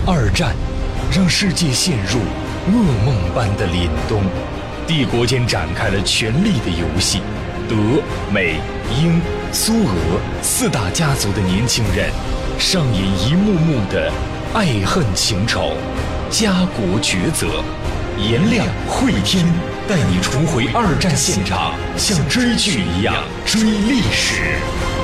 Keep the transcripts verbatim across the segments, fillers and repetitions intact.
二战让世界陷入噩梦般的凛冬，帝国间展开了权力的游戏。德、美、英、苏俄四大家族的年轻人上演一幕幕的爱恨情仇、家国抉择。颜亮、慧天带你重回二战现场，像追剧一样追历史。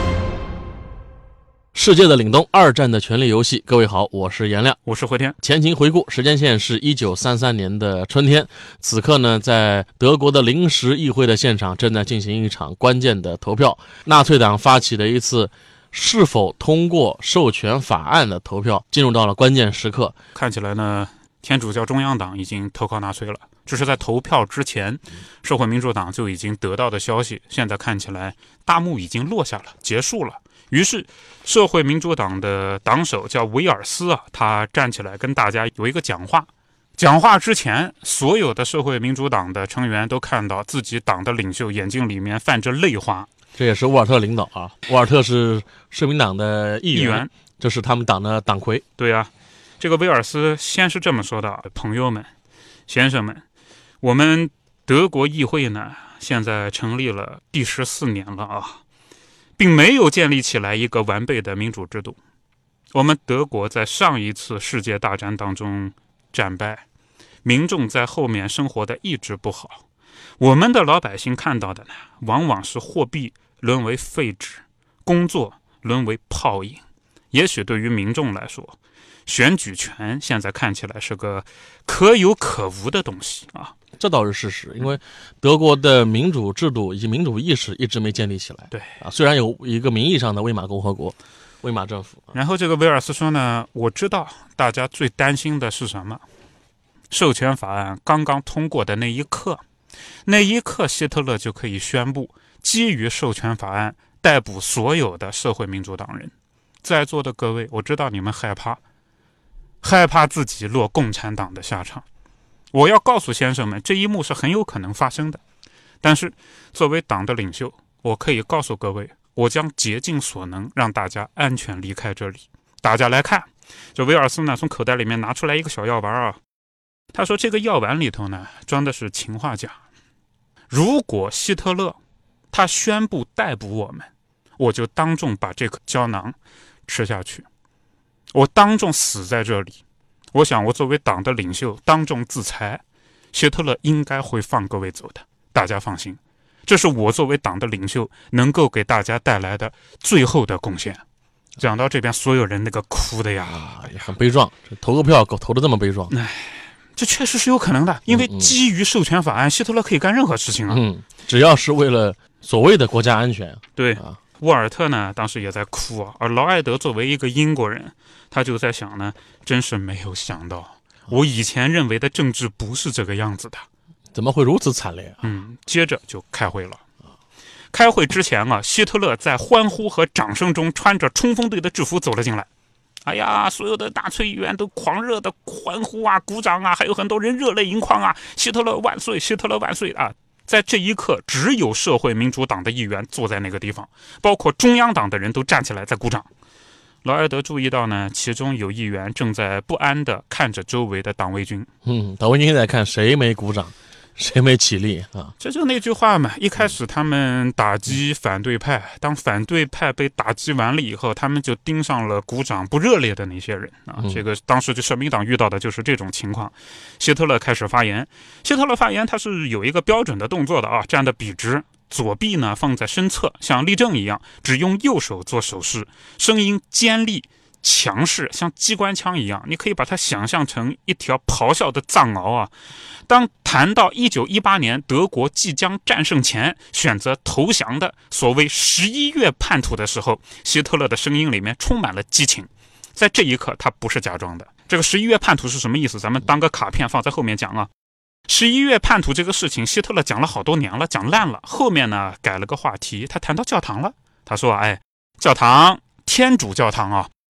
世界的凛冬，二战的权力游戏。各位好，我是颜亮， 我是慧天。 前情回顾，时间线是一九三三年的春天，此刻呢，在德国的临时议会的现场正在进行一场关键的投票。纳粹党发起的一次是否通过授权法案的投票进入到了关键时刻。 看起来呢，天主教中央党已经投靠纳粹了，这是在投票之前社会民主党就已经得到的消息，现在看起来大幕已经落下了，结束了。于是社会民主党的党首叫维尔斯啊，他站起来跟大家有一个讲话。讲话之前，所有的社会民主党的成员都看到自己党的领袖眼睛里面泛着泪花。 这也是沃尔特领导啊，沃尔特是社民党的议员， 议员这是他们党的党魁。 对啊，这个威尔斯先是这么说的：朋友们、先生们，我们德国议会呢，现在成立了第十四年了啊，并没有建立起来一个完备的民主制度。我们德国在上一次世界大战当中战败，民众在后面生活的一直不好。我们的老百姓看到的呢，往往是货币沦为废纸，工作沦为泡影。也许对于民众来说，选举权现在看起来是个可有可无的东西啊， 这倒是事实，因为德国的民主制度以及民主意识一直没建立起来。 对啊，虽然有一个名义上的魏玛共和国、魏玛政府。 然后这个威尔斯说呢，我知道大家最担心的是什么？授权法案刚刚通过的那一刻，那一刻希特勒就可以宣布，基于授权法案逮捕所有的社会民主党人。在座的各位，我知道你们害怕。害怕自己落共产党的下场，我要告诉先生们，这一幕是很有可能发生的。但是作为党的领袖，我可以告诉各位，我将竭尽所能让大家安全离开这里。大家来看，这威尔斯呢从口袋里面拿出来一个小药丸啊，他说这个药丸里头呢装的是氰化钾。如果希特勒他宣布逮捕我们，我就当众把这颗胶囊吃下去，我当众死在这里。我想我作为党的领袖当众自裁，希特勒应该会放各位走的，大家放心，这是我作为党的领袖能够给大家带来的最后的贡献。讲到这边，所有人那个哭的呀、 啊、也很悲壮，投个票投的这么悲壮。 哎，这确实是有可能的，因为基于授权法案、嗯、希特勒可以干任何事情啊。 嗯，只要是为了所谓的国家安全。 对啊， 沃尔特呢当时也在哭啊，而劳埃德作为一个英国人，他就在想呢，真是没有想到，我以前认为的政治不是这个样子的， 怎么会如此惨烈啊？ 嗯，接着就开会了。开会之前啊，希特勒在欢呼和掌声中穿着冲锋队的制服走了进来。哎呀，所有的纳粹议员都狂热的欢呼啊、鼓掌啊，还有很多人热泪盈眶啊，希特勒万岁，希特勒万岁啊！在这一刻，只有社会民主党的议员坐在那个地方，包括中央党的人都站起来在鼓掌。劳埃德注意到呢，其中有议员正在不安地看着周围的党卫军。 嗯，党卫军在看谁没鼓掌，谁没起立啊？ 这就那句话嘛，一开始他们打击反对派，当反对派被打击完了以后，他们就盯上了鼓掌不热烈的那些人啊。 嗯、 这个当时就社民党遇到的就是这种情况。希特勒开始发言，希特勒发言他是有一个标准的动作的啊，站得笔直，左臂呢放在身侧，像立正一样，只用右手做手势，声音尖利强势，像机关枪一样，你可以把它想象成一条咆哮的藏獒啊。当谈到一九一八年德国即将战胜前选择投降的所谓十一月叛徒的时候，希特勒的声音里面充满了激情。在这一刻他不是假装的。这个十一月叛徒是什么意思？咱们当个卡片放在后面讲啊。十一月叛徒这个事情希特勒讲了好多年了，讲烂了，后面呢改了个话题，他谈到教堂了。他说哎，教堂，天主教堂啊，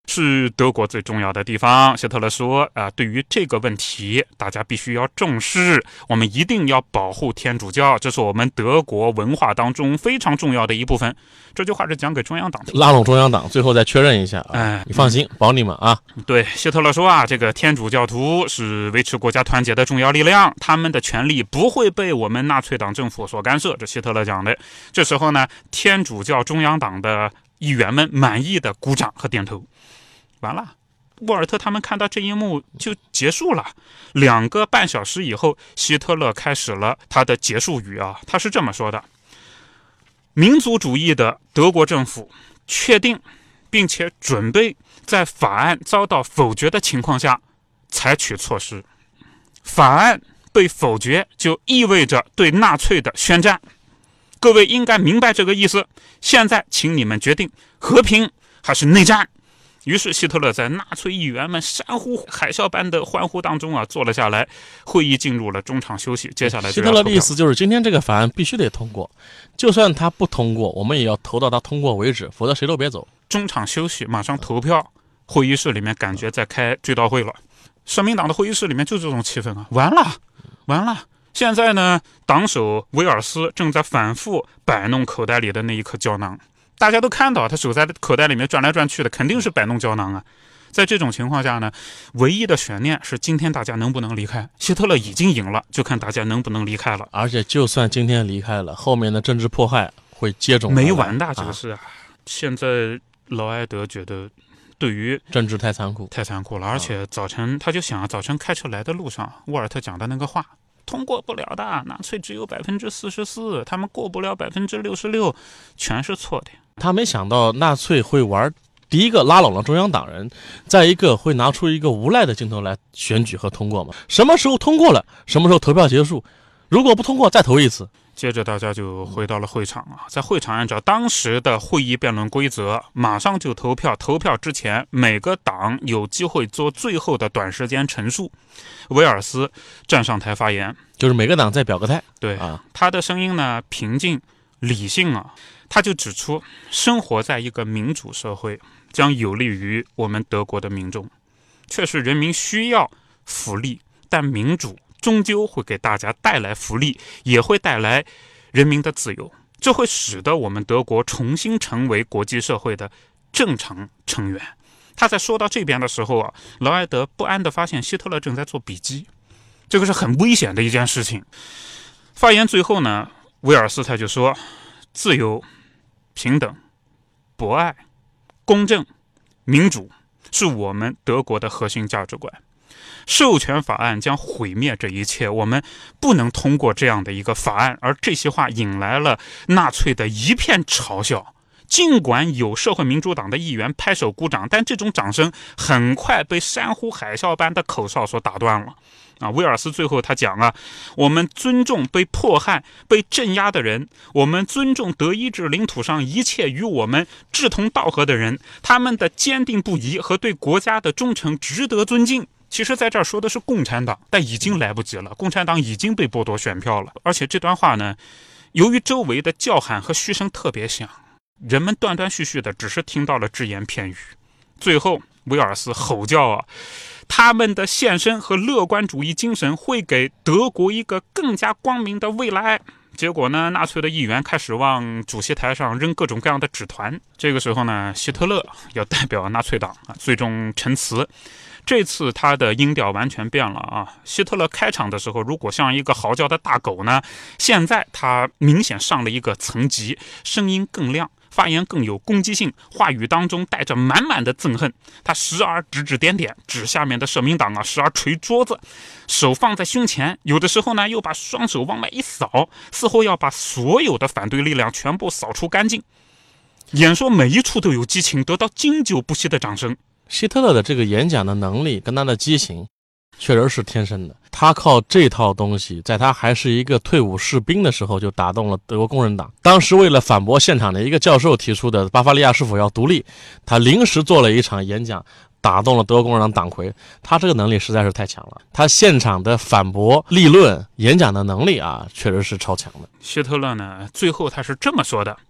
是德国最重要的地方。希特勒说啊、呃，对于这个问题，大家必须要重视，我们一定要保护天主教，这是我们德国文化当中非常重要的一部分。这句话是讲给中央党听的， 拉拢中央党，最后再确认一下啊。 哎， 你放心，嗯、保你们啊。 对，希特勒说啊，这个天主教徒是维持国家团结的重要力量，他们的权利不会被我们纳粹党政府所干涉，这希特勒讲的。这时候呢，天主教中央党的议员们满意的鼓掌和点头。完了，沃尔特他们看到这一幕就结束了。两个半小时以后，希特勒开始了他的结束语啊，他是这么说的：民族主义的德国政府确定并且准备在法案遭到否决的情况下采取措施。法案被否决就意味着对纳粹的宣战，各位应该明白这个意思。现在请你们决定和平还是内战。于是希特勒在纳粹议员们山呼海啸般的欢呼当中啊坐了下来，会议进入了中场休息。接下来希特勒的意思就是今天这个法案必须得通过，就算他不通过，我们也要投到他通过为止，否则谁都别走。 中场休息，马上投票。会议室里面感觉在开追悼会了，社民党的会议室里面就这种气氛啊！完了，完了！现在呢，党首威尔斯正在反复摆弄口袋里的那一颗胶囊。大家都看到他手在口袋里面转来转去的，肯定是摆弄胶囊啊。在这种情况下呢，唯一的悬念是今天大家能不能离开。希特勒已经赢了，就看大家能不能离开了。 而且就算今天离开了，后面的政治迫害会接踵没完的，这个是啊。现在劳埃德觉得对于政治太残酷， 太残酷了。而且早晨他就想，早晨开车来的路上，沃尔特讲的那个话。通过不了的，纳粹只有百分之四十四，他们过不了百分之六十六，全是错的。 他没想到纳粹会玩，第一个拉拢了中央党人，再一个会拿出一个无赖的镜头来选举和通过嘛。什么时候通过了，什么时候投票结束，如果不通过再投一次。 接着大家就回到了会场啊，在会场按照当时的会议辩论规则，马上就投票。投票之前，每个党有机会做最后的短时间陈述。威尔斯站上台发言， 就是每个党再表个态。 对啊， 他的声音呢平静理性啊，他就指出，生活在一个民主社会将有利于我们德国的民众。确实，人民需要福利，但民主终究会给大家带来福利，也会带来人民的自由，这会使得我们德国重新成为国际社会的正常成员。他在说到这边的时候啊，劳埃德不安地发现希特勒正在做笔记，这个是很危险的一件事情。发言最后呢，威尔斯他就说，自由、平等、博爱、公正、民主是我们德国的核心价值观。授权法案将毁灭这一切，我们不能通过这样的一个法案。而这些话引来了纳粹的一片嘲笑。尽管有社会民主党的议员拍手鼓掌，但这种掌声很快被山呼海啸般的口哨所打断了。啊，威尔斯最后他讲啊，我们尊重被迫害、被镇压的人，我们尊重德意志领土上一切与我们志同道合的人，他们的坚定不移和对国家的忠诚值得尊敬。其实在这儿说的是共产党，但已经来不及了，共产党已经被剥夺选票了。而且这段话呢，由于周围的叫喊和嘘声特别响，人们断断续续的只是听到了只言片语。最后威尔斯吼叫啊，他们的献身和乐观主义精神会给德国一个更加光明的未来。结果呢，纳粹的议员开始往主席台上扔各种各样的纸团。这个时候呢，希特勒要代表纳粹党啊，最终陈词。这次他的音调完全变了啊！希特勒开场的时候，如果像一个嚎叫的大狗呢，现在他明显上了一个层级，声音更亮，发言更有攻击性，话语当中带着满满的憎恨。他时而指指点点，指下面的社民党啊，时而捶桌子，手放在胸前，有的时候呢又把双手往外一扫，似乎要把所有的反对力量全部扫除干净。演说每一处都有激情，得到经久不息的掌声。 希特勒的这个演讲的能力跟他的激情确实是天生的，他靠这套东西在他还是一个退伍士兵的时候就打动了德国工人党。当时为了反驳现场的一个教授提出的巴伐利亚是否要独立，他临时做了一场演讲，打动了德国工人党党魁。他这个能力实在是太强了，他现场的反驳立论演讲的能力啊，确实是超强的。 希特勒呢，最后他是这么说的，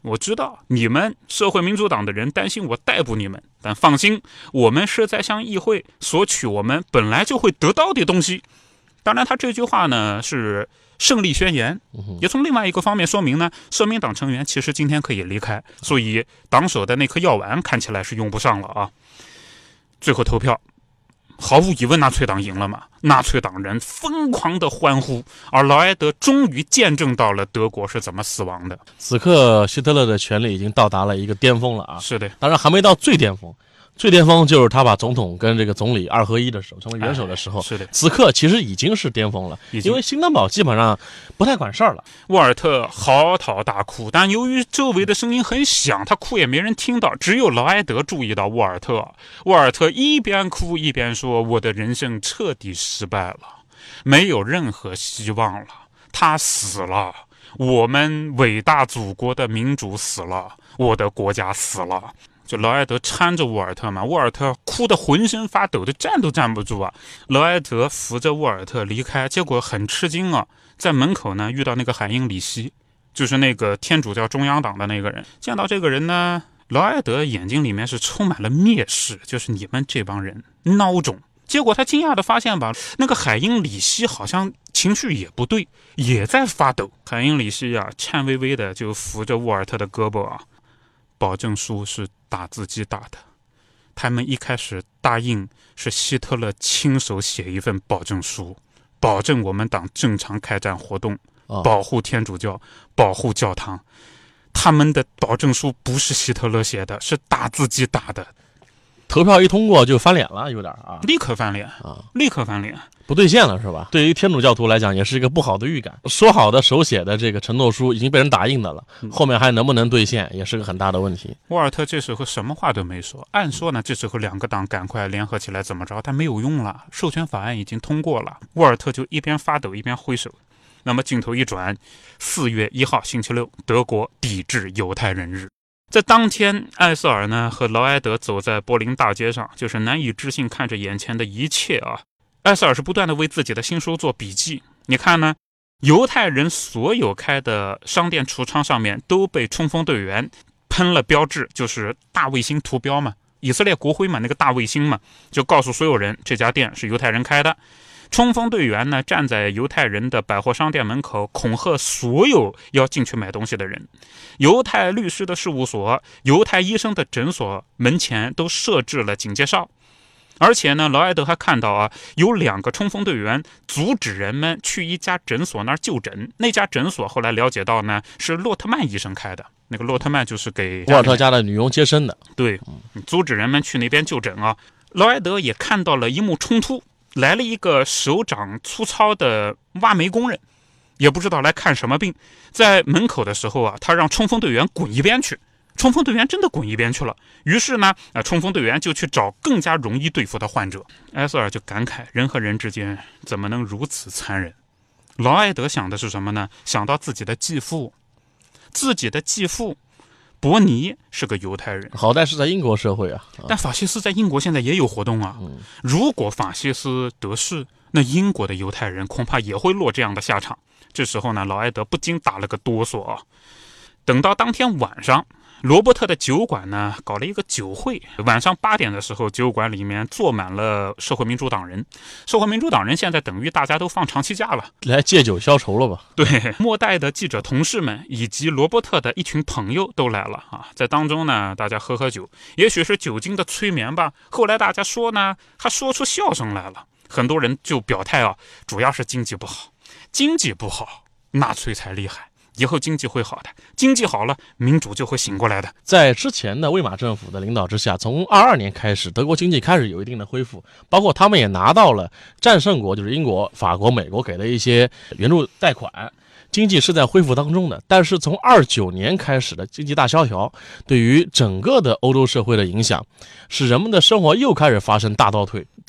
我知道你们社会民主党的人担心我逮捕你们，但放心，我们是在向议会索取我们本来就会得到的东西。当然他这句话呢是胜利宣言，也从另外一个方面说明呢，社民党成员其实今天可以离开，所以党首的那颗药丸看起来是用不上了啊。最后投票，毫无疑问纳粹党赢了嘛，纳粹党人疯狂的欢呼，而劳埃德终于见证到了德国是怎么死亡的。 此刻希特勒的权力已经到达了一个巅峰了啊！ 是的， 当然还没到最巅峰，最巅峰就是他把总统跟这个总理二合一的时候，成为元首的时候。 哎、是的， 此刻其实已经是巅峰了，因为兴登堡基本上不太管事儿了。 沃尔特嚎啕大哭，但由于周围的声音很响，他哭也没人听到，只有劳埃德注意到沃尔特。沃尔特一边哭一边说：“我的人生彻底失败了，没有任何希望了，他死了，我们伟大祖国的民主死了，我的国家死了。”就劳埃德搀着沃尔特嘛，沃尔特哭得浑身发抖的，站都站不住啊。劳埃德扶着沃尔特离开，结果很吃惊啊，在门口呢遇到那个海因里希，就是那个天主教中央党的那个人。见到这个人呢，劳埃德眼睛里面是充满了蔑视，就是你们这帮人孬种。结果他惊讶的发现吧，那个海因里希好像情绪也不对，也在发抖。海因里希啊，颤巍巍的就扶着沃尔特的胳膊啊。保证书是打字机打的，他们一开始答应是希特勒亲手写一份保证书，保证我们党正常开展活动，保护天主教，保护教堂。他们的保证书不是希特勒写的，是打字机打的。 投票一通过就翻脸了，有点啊， 立刻翻脸啊，立刻翻脸， 不兑现了是吧？对于天主教徒来讲，也是一个不好的预感。说好的手写的这个承诺书已经被人打印的了，后面还能不能兑现，也是个很大的问题。 沃尔特这时候什么话都没说，按说呢，这时候两个党赶快联合起来怎么着？但没有用了，授权法案已经通过了。沃尔特就一边发抖一边挥手。那么镜头一转，四月一号星期六，德国抵制犹太人日。在当天，艾瑟尔呢和劳埃德走在柏林大街上，就是难以置信看着眼前的一切啊。艾瑟尔是不断的为自己的新书做笔记。你看呢，犹太人所有开的商店橱窗上面都被冲锋队员喷了标志，就是大卫星图标嘛，以色列国徽嘛，那个大卫星嘛，就告诉所有人这家店是犹太人开的。冲锋队员呢站在犹太人的百货商店门口，恐吓所有要进去买东西的人。犹太律师的事务所、犹太医生的诊所门前都设置了警戒哨。而且呢，劳埃德还看到啊，有两个冲锋队员阻止人们去一家诊所那儿就诊。那家诊所后来了解到呢，是洛特曼医生开的。那个洛特曼就是给沃尔特家的女佣接生的。 对，阻止人们去那边就诊啊。劳埃德也看到了一幕冲突。来了一个手掌粗糙的挖煤工人，也不知道来看什么病。在门口的时候啊，他让冲锋队员滚一边去。冲锋队员真的滚一边去了。于是呢，呃，冲锋队员就去找更加容易对付的患者。埃瑟尔就感慨，人和人之间怎么能如此残忍？劳埃德想的是什么呢？想到自己的继父，自己的继父。伯尼是个犹太人， 好歹是在英国社会啊， 但法西斯在英国现在也有活动啊。嗯、如果法西斯得势，那英国的犹太人恐怕也会落这样的下场。这时候呢，劳埃德不禁打了个哆嗦啊。等到当天晚上，罗伯特的酒馆呢搞了一个酒会，晚上八点的时候，酒馆里面坐满了社会民主党人。社会民主党人现在等于大家都放长期假了， 来借酒消愁了吧？ 对，末代的记者同事们以及罗伯特的一群朋友都来了啊，在当中呢，大家喝喝酒，也许是酒精的催眠吧。后来大家说呢，还说出笑声来了。很多人就表态啊，主要是经济不好，经济不好，纳粹才厉害。以后经济会好的，经济好了，民主就会醒过来的。 在之前的魏玛政府的领导之下，从二二年开始，德国经济开始有一定的恢复，包括他们也拿到了战胜国，就是英国、法国、美国给的一些援助贷款，经济是在恢复当中的。但是从二九年开始的经济大萧条，对于整个的欧洲社会的影响，使人们的生活又开始发生大倒退。这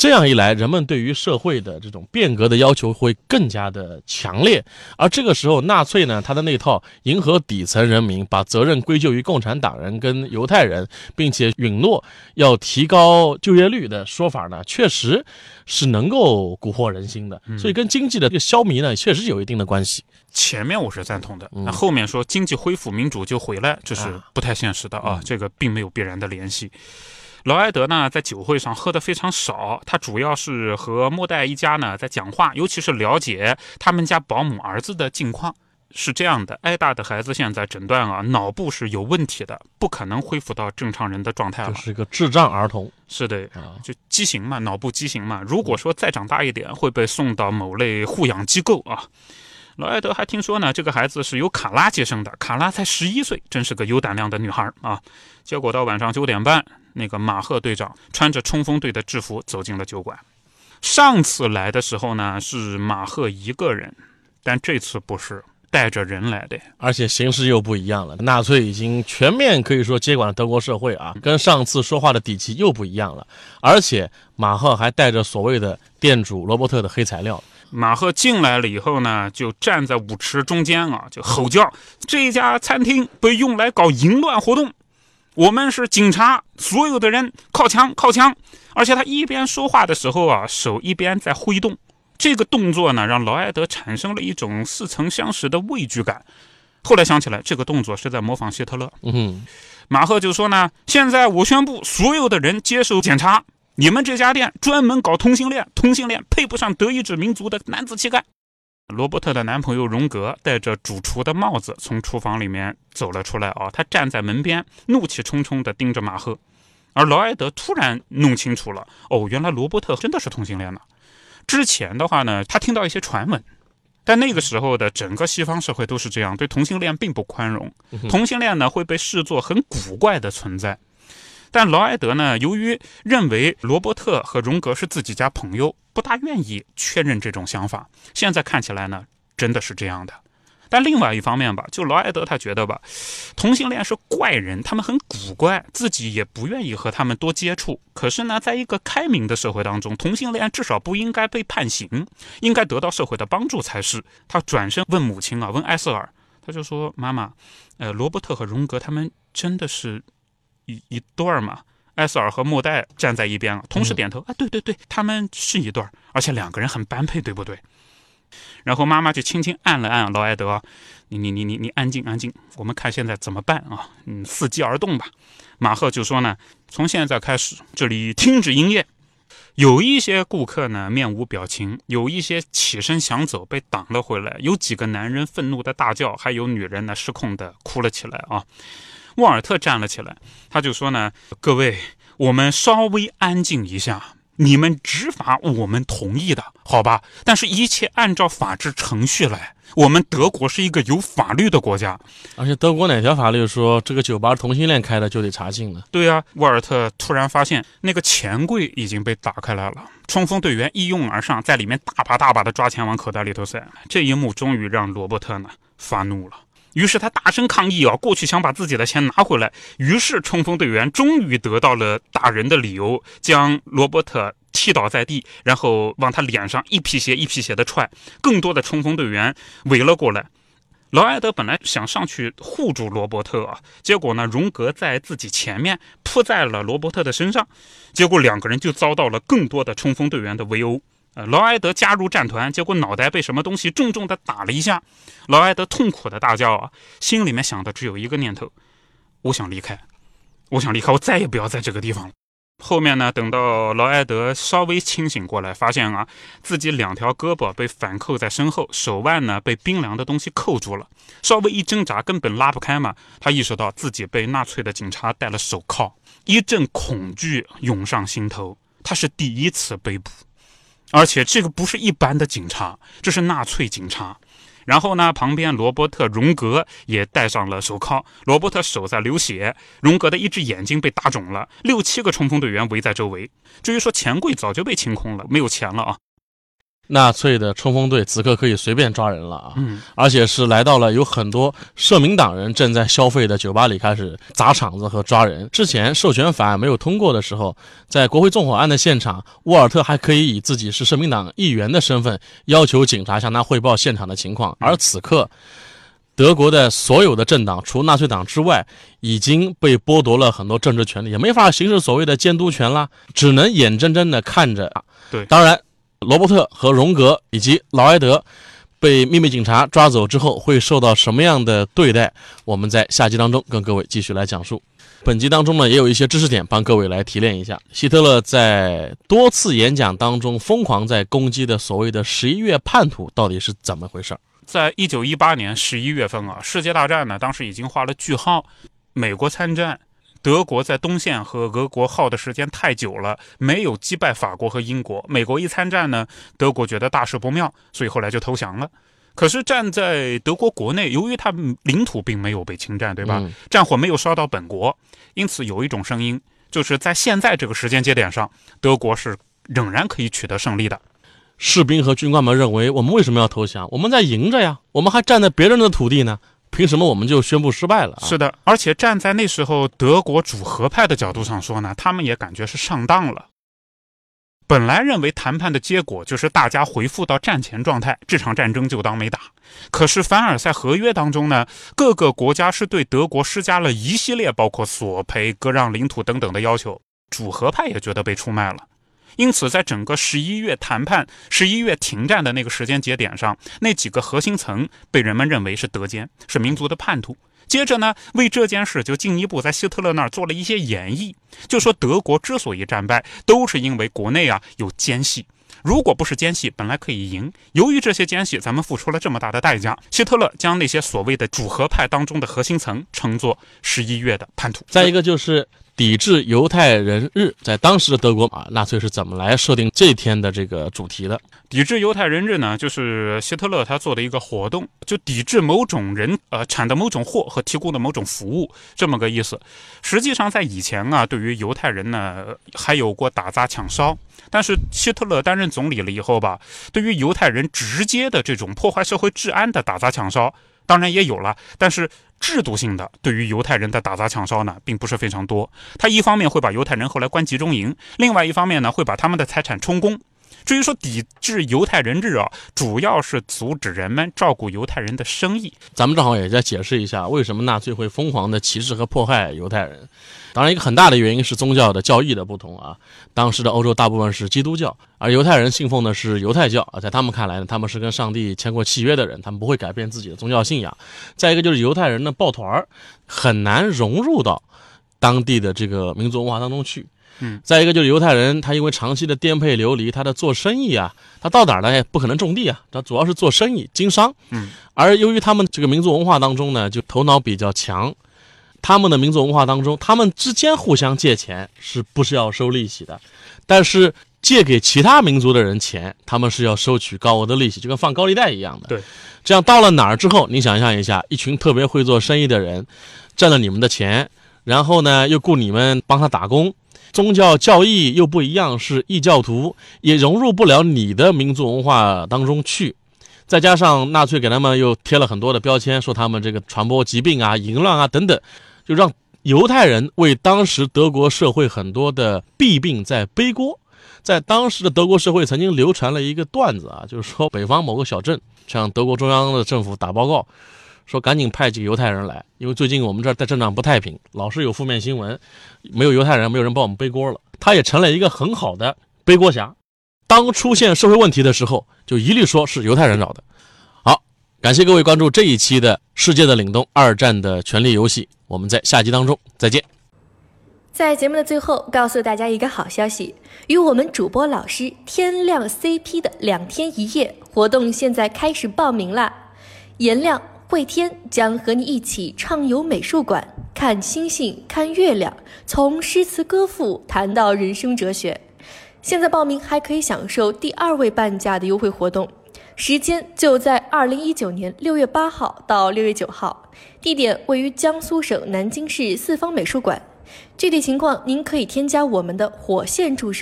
这样一来，人们对于社会的这种变革的要求会更加的强烈。而这个时候，纳粹呢，他的那套迎合底层人民，把责任归咎于共产党人跟犹太人，并且允诺要提高就业率的说法呢，确实是能够蛊惑人心的。所以跟经济的这个消弭呢，确实有一定的关系。 前面我是赞同的， 嗯、 那后面说经济恢复，民主就回来，这是不太现实的啊， 嗯、 这个并没有必然的联系。劳埃德呢，在酒会上喝得非常少，他主要是和莫代一家呢在讲话，尤其是了解他们家保姆儿子的近况。是这样的，挨大的孩子现在诊断啊，脑部是有问题的，不可能恢复到正常人的状态了， 就是一个智障儿童。 是的，就畸形嘛，脑部畸形嘛。如果说再长大一点，会被送到某类护养机构啊。劳埃德还听说呢，这个孩子是由卡拉接生的，卡拉才十一岁，真是个有胆量的女孩啊。结果到晚上九点半，那个马赫队长穿着冲锋队的制服走进了酒馆。上次来的时候呢，是马赫一个人，但这次不是，带着人来的， 而且形势又不一样了。纳粹已经全面可以说接管了德国社会啊，跟上次说话的底气又不一样了。而且马赫还带着所谓的店主罗伯特的黑材料。 马赫进来了以后呢，就站在舞池中间啊，就吼叫：这家餐厅被用来搞淫乱活动，我们是警察，所有的人靠墙靠墙。而且他一边说话的时候啊，手一边在挥动。这个动作呢，让劳埃德产生了一种似曾相识的畏惧感。后来想起来，这个动作是在模仿希特勒。 嗯， 马赫就说呢，现在我宣布，所有的人接受检查。你们这家店专门搞同性恋，同性恋配不上德意志民族的男子气概。罗伯特的男朋友荣格戴着主厨的帽子从厨房里面走了出来啊，他站在门边，怒气冲冲地盯着马赫。而劳埃德突然弄清楚了，哦，原来罗伯特真的是同性恋呢。之前的话呢，他听到一些传闻，但那个时候的整个西方社会都是这样，对同性恋并不宽容，同性恋呢会被视作很古怪的存在。但劳埃德呢，由于认为罗伯特和荣格是自己家朋友，不大愿意确认这种想法。现在看起来呢，真的是这样的。但另外一方面吧，就劳埃德他觉得吧，同性恋是怪人，他们很古怪，自己也不愿意和他们多接触。可是呢，在一个开明的社会当中，同性恋至少不应该被判刑，应该得到社会的帮助才是。他转身问母亲啊，问埃瑟尔，他就说：“妈妈，呃，罗伯特和荣格他们真的是一一对儿嘛？”埃瑟尔和莫代站在一边啊，同时点头、嗯、啊，对对对，他们是一对儿，而且两个人很般配，对不对？然后妈妈就轻轻按了按劳埃德，你你你你你安静安静，我们看现在怎么办啊？嗯，伺机而动吧。马赫就说呢，从现在开始这里停止营业。有一些顾客呢面无表情，有一些起身想走被挡了回来，有几个男人愤怒的大叫，还有女人呢失控的哭了起来啊。沃尔特站了起来，他就说呢，各位，我们稍微安静一下。你们执法我们同意的，好吧？但是一切按照法治程序来。我们德国是一个有法律的国家， 而且德国哪条法律说这个酒吧同性恋开的就得查禁呢？ 对啊，沃尔特突然发现那个钱柜已经被打开来了，冲锋队员一拥而上，在里面大把大把的抓钱往口袋里头塞。这一幕终于让罗伯特呢发怒了。于是他大声抗议啊，过去想把自己的钱拿回来。于是冲锋队员终于得到了打人的理由，将罗伯特踢倒在地，然后往他脸上一匹血一匹血的踹。更多的冲锋队员围了过来。劳埃德本来想上去护住罗伯特啊，结果呢，荣格在自己前面扑在了罗伯特的身上，结果两个人就遭到了更多的冲锋队员的围殴。呃，劳埃德加入战团，结果脑袋被什么东西重重的打了一下。劳埃德痛苦的大叫啊，心里面想的只有一个念头：我想离开，我想离开，我再也不要在这个地方了。后面呢，等到劳埃德稍微清醒过来，发现啊，自己两条胳膊被反扣在身后，手腕呢被冰凉的东西扣住了，稍微一挣扎根本拉不开嘛。他意识到自己被纳粹的警察戴了手铐，一阵恐惧涌上心头。他是第一次被捕，而且这个不是一般的警察，这是纳粹警察。然后呢，旁边罗伯特、荣格也戴上了手铐。罗伯特手在流血，荣格的一只眼睛被打肿了，六七个冲锋队员围在周围。至于说钱柜早就被清空了，没有钱了啊。 纳粹的冲锋队此刻可以随便抓人了啊！ 嗯， 而且是来到了有很多社民党人正在消费的酒吧里开始砸场子和抓人。之前授权法案没有通过的时候，在国会纵火案的现场，沃尔特还可以以自己是社民党议员的身份要求警察向他汇报现场的情况，而此刻德国的所有的政党除纳粹党之外已经被剥夺了很多政治权利，也没法行使所谓的监督权啦，只能眼睁睁地看着。 对， 当然罗伯特和荣格以及劳埃德被秘密警察抓走之后会受到什么样的对待，我们在下集当中跟各位继续来讲述。本集当中呢，也有一些知识点帮各位来提炼一下。希特勒在多次演讲当中疯狂在攻击的所谓的十一月叛徒到底是怎么回事？ 在一九一八年十一月份啊，世界大战呢当时已经画了句号，美国参战，德国在东线和俄国耗的时间太久了，没有击败法国和英国。美国一参战呢，德国觉得大事不妙，所以后来就投降了。可是站在德国国内，由于他们领土并没有被侵占，对吧？嗯、战火没有烧到本国，因此有一种声音，就是在现在这个时间节点上，德国是仍然可以取得胜利的。 士兵和军官们认为，我们为什么要投降？我们在赢着呀，我们还站在别人的土地呢。凭什么我们就宣布失败了、啊？ 是的，而且站在那时候德国主和派的角度上说呢，他们也感觉是上当了。本来认为谈判的结果就是大家回复到战前状态，这场战争就当没打。可是凡尔赛合约当中呢，各个国家是对德国施加了一系列包括索赔、割让领土等等的要求，主和派也觉得被出卖了。因此在整个十一月谈判、十一月停战的那个时间节点上，那几个核心层被人们认为是德奸，是民族的叛徒。接着呢，为这件事就进一步在希特勒那儿做了一些演绎，就说德国之所以战败，都是因为国内啊有奸细。如果不是奸细，本来可以赢。由于这些奸细，咱们付出了这么大的代价。希特勒将那些所谓的主和派当中的核心层称作十一月的叛徒。 再一个就是抵制犹太人日，在当时的德国啊，纳粹是怎么来设定这天的这个主题的？ 抵制犹太人日呢，就是希特勒他做的一个活动，就抵制某种人呃产的某种货和提供的某种服务，这么个意思。实际上在以前啊，对于犹太人呢还有过打砸抢烧，但是希特勒担任总理了以后吧，对于犹太人直接的这种破坏社会治安的打砸抢烧当然也有了，但是制度性的对于犹太人的打砸抢烧呢，并不是非常多。他一方面会把犹太人后来关集中营，另外一方面呢，会把他们的财产充公。至于说抵制犹太人日啊，主要是阻止人们照顾犹太人的生意。 咱们正好也在解释一下，为什么纳粹会疯狂的歧视和迫害犹太人。当然，一个很大的原因是宗教的教义的不同啊。当时的欧洲大部分是基督教，而犹太人信奉的是犹太教啊。在他们看来呢，他们是跟上帝签过契约的人，他们不会改变自己的宗教信仰。再一个就是犹太人的抱团很难融入到当地的这个民族文化当中去。 嗯， 再一个就是犹太人，他因为长期的颠沛流离，他的做生意啊，他到哪儿呢也不可能种地啊，他主要是做生意经商。 嗯， 而由于他们这个民族文化当中呢，就头脑比较强，他们的民族文化当中，他们之间互相借钱是不是要收利息的？但是借给其他民族的人钱，他们是要收取高额的利息，就跟放高利贷一样的。 对， 这样到了哪儿之后，你想象一下，一群特别会做生意的人挣了你们的钱，然后呢又雇你们帮他打工。宗教教义又不一样，是异教徒，也融入不了你的民族文化当中去。再加上纳粹给他们又贴了很多的标签，说他们这个传播疾病啊、淫乱啊等等，就让犹太人为当时德国社会很多的弊病在背锅。在当时的德国社会曾经流传了一个段子啊，就是说北方某个小镇向德国中央的政府打报告，说赶紧派几个犹太人来，因为最近我们这儿在镇上不太平，老是有负面新闻，没有犹太人，没有人帮我们背锅了。他也成了一个很好的背锅侠。当出现社会问题的时候，就一律说是犹太人找的。好，感谢各位关注这一期的《世界的凛冬：二战的权力游戏》，我们在下集当中再见。 在节目的最后，告诉大家一个好消息，与我们主播老师天亮 C P 的两天一夜活动现在开始报名啦！颜亮、慧天将和你一起畅游美术馆，看星星，看月亮，从诗词歌赋谈到人生哲学。现在报名还可以享受第二位半价的优惠活动，时间就在二零一九年六月八号到六月九号，地点位于江苏省南京市四方美术馆。具体情况您可以添加我们的火线助手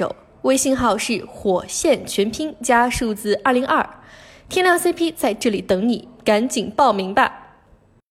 微信号是火线全拼加数字二零二，天亮 C P 在这里等你，赶紧报名吧。